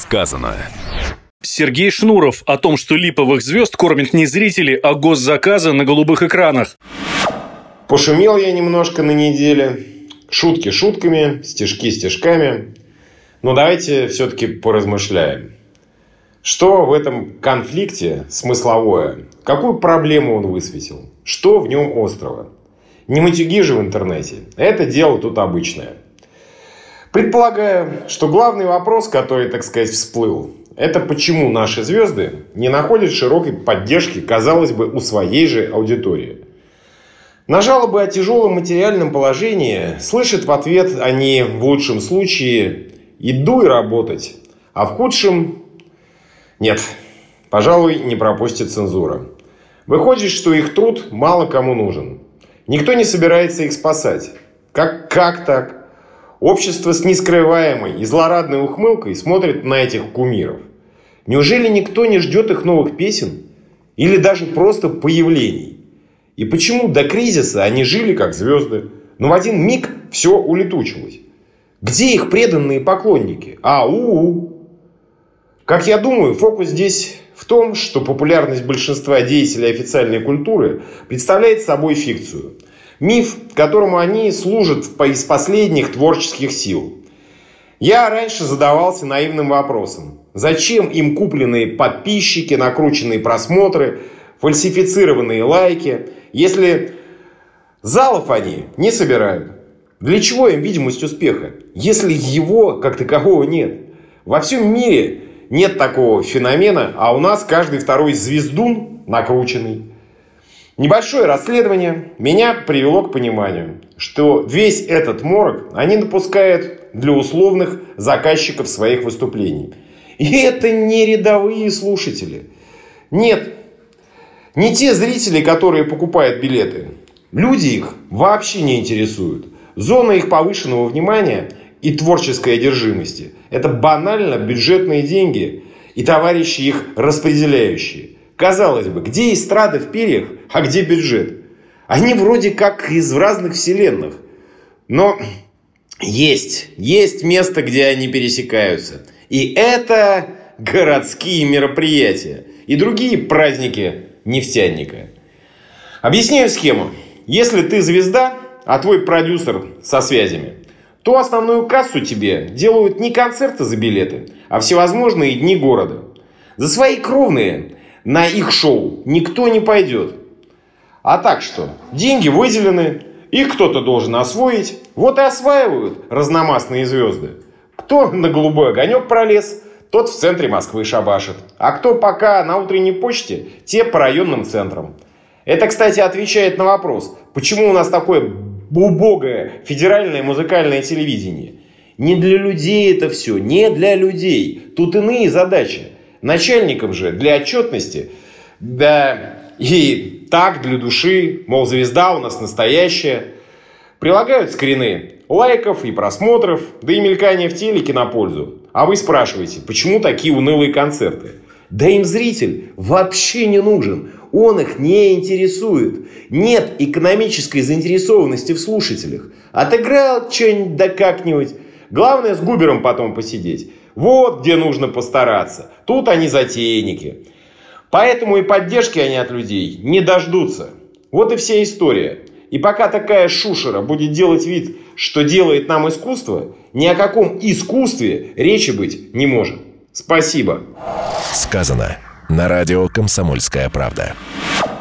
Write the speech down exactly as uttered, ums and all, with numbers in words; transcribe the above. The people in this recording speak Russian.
Сказано. Сергей Шнуров о том, что липовых звезд кормят не зрители, а госзаказы на голубых экранах. Пошумел я немножко на неделе. Шутки шутками, стишки стишками. Но давайте все-таки поразмышляем. Что в этом конфликте смысловое? Какую проблему он высветил? Что в нем острого? Не матюги же в интернете. Это дело тут обычное. Предполагаю, что главный вопрос, который, так сказать, всплыл, это почему наши звезды не находят широкой поддержки, казалось бы, у своей же аудитории. На жалобы о тяжелом материальном положении слышат в ответ они в лучшем случае «иду и работать», а в худшем нет, пожалуй, не пропустит цензура. Выходит, что их труд мало кому нужен. Никто не собирается их спасать. Как, как так? Общество с нескрываемой и злорадной ухмылкой смотрит на этих кумиров. Неужели никто не ждет их новых песен? Или даже просто появлений? И почему до кризиса они жили как звезды, но в один миг все улетучилось? Где их преданные поклонники? Ау! Как я думаю, фокус здесь в том, что популярность большинства деятелей официальной культуры представляет собой фикцию. Миф, которому они служат из последних творческих сил. Я раньше задавался наивным вопросом. Зачем им купленные подписчики, накрученные просмотры, фальсифицированные лайки, если залов они не собирают? Для чего им видимость успеха, если его как такового нет? Во всем мире нет такого феномена, а у нас каждый второй звездун накрученный. Небольшое расследование меня привело к пониманию, что весь этот морок они допускают для условных заказчиков своих выступлений. И это не рядовые слушатели. Нет, не те зрители, которые покупают билеты. Люди их вообще не интересуют. Зона их повышенного внимания и творческой одержимости – это банально бюджетные деньги и товарищи их распределяющие. Казалось бы, где эстрада в перьях, а где бюджет? Они вроде как из разных вселенных. Но есть, есть место, где они пересекаются. И это городские мероприятия и другие праздники нефтяника. Объясняю схему. Если ты звезда, а твой продюсер со связями, то основную кассу тебе делают не концерты за билеты, а всевозможные дни города. За свои кровные на их шоу никто не пойдет. А так что, деньги выделены, их кто-то должен освоить. Вот и осваивают разномастные звезды. Кто на голубой огонек пролез, тот в центре Москвы шабашит. А кто пока на утренней почте, те по районным центрам. Это, кстати, отвечает на вопрос, почему у нас такое убогое федеральное музыкальное телевидение. Не для людей это все, не для людей. Тут иные задачи. Начальникам же для отчетности, да и так для души, мол, звезда у нас настоящая. Прилагают скрины лайков и просмотров, да и мелькания в телеке на пользу. А вы спрашиваете, почему такие унылые концерты? Да им зритель вообще не нужен. Он их не интересует. Нет экономической заинтересованности в слушателях. Отыграл что-нибудь да как-нибудь. Главное с Губером потом посидеть. Вот где нужно постараться. Тут они затейники. Поэтому и поддержки они от людей не дождутся. Вот и вся история. И пока такая шушера будет делать вид, что делает нам искусство, ни о каком искусстве речи быть не может. Спасибо. Сказано на радио «Комсомольская правда».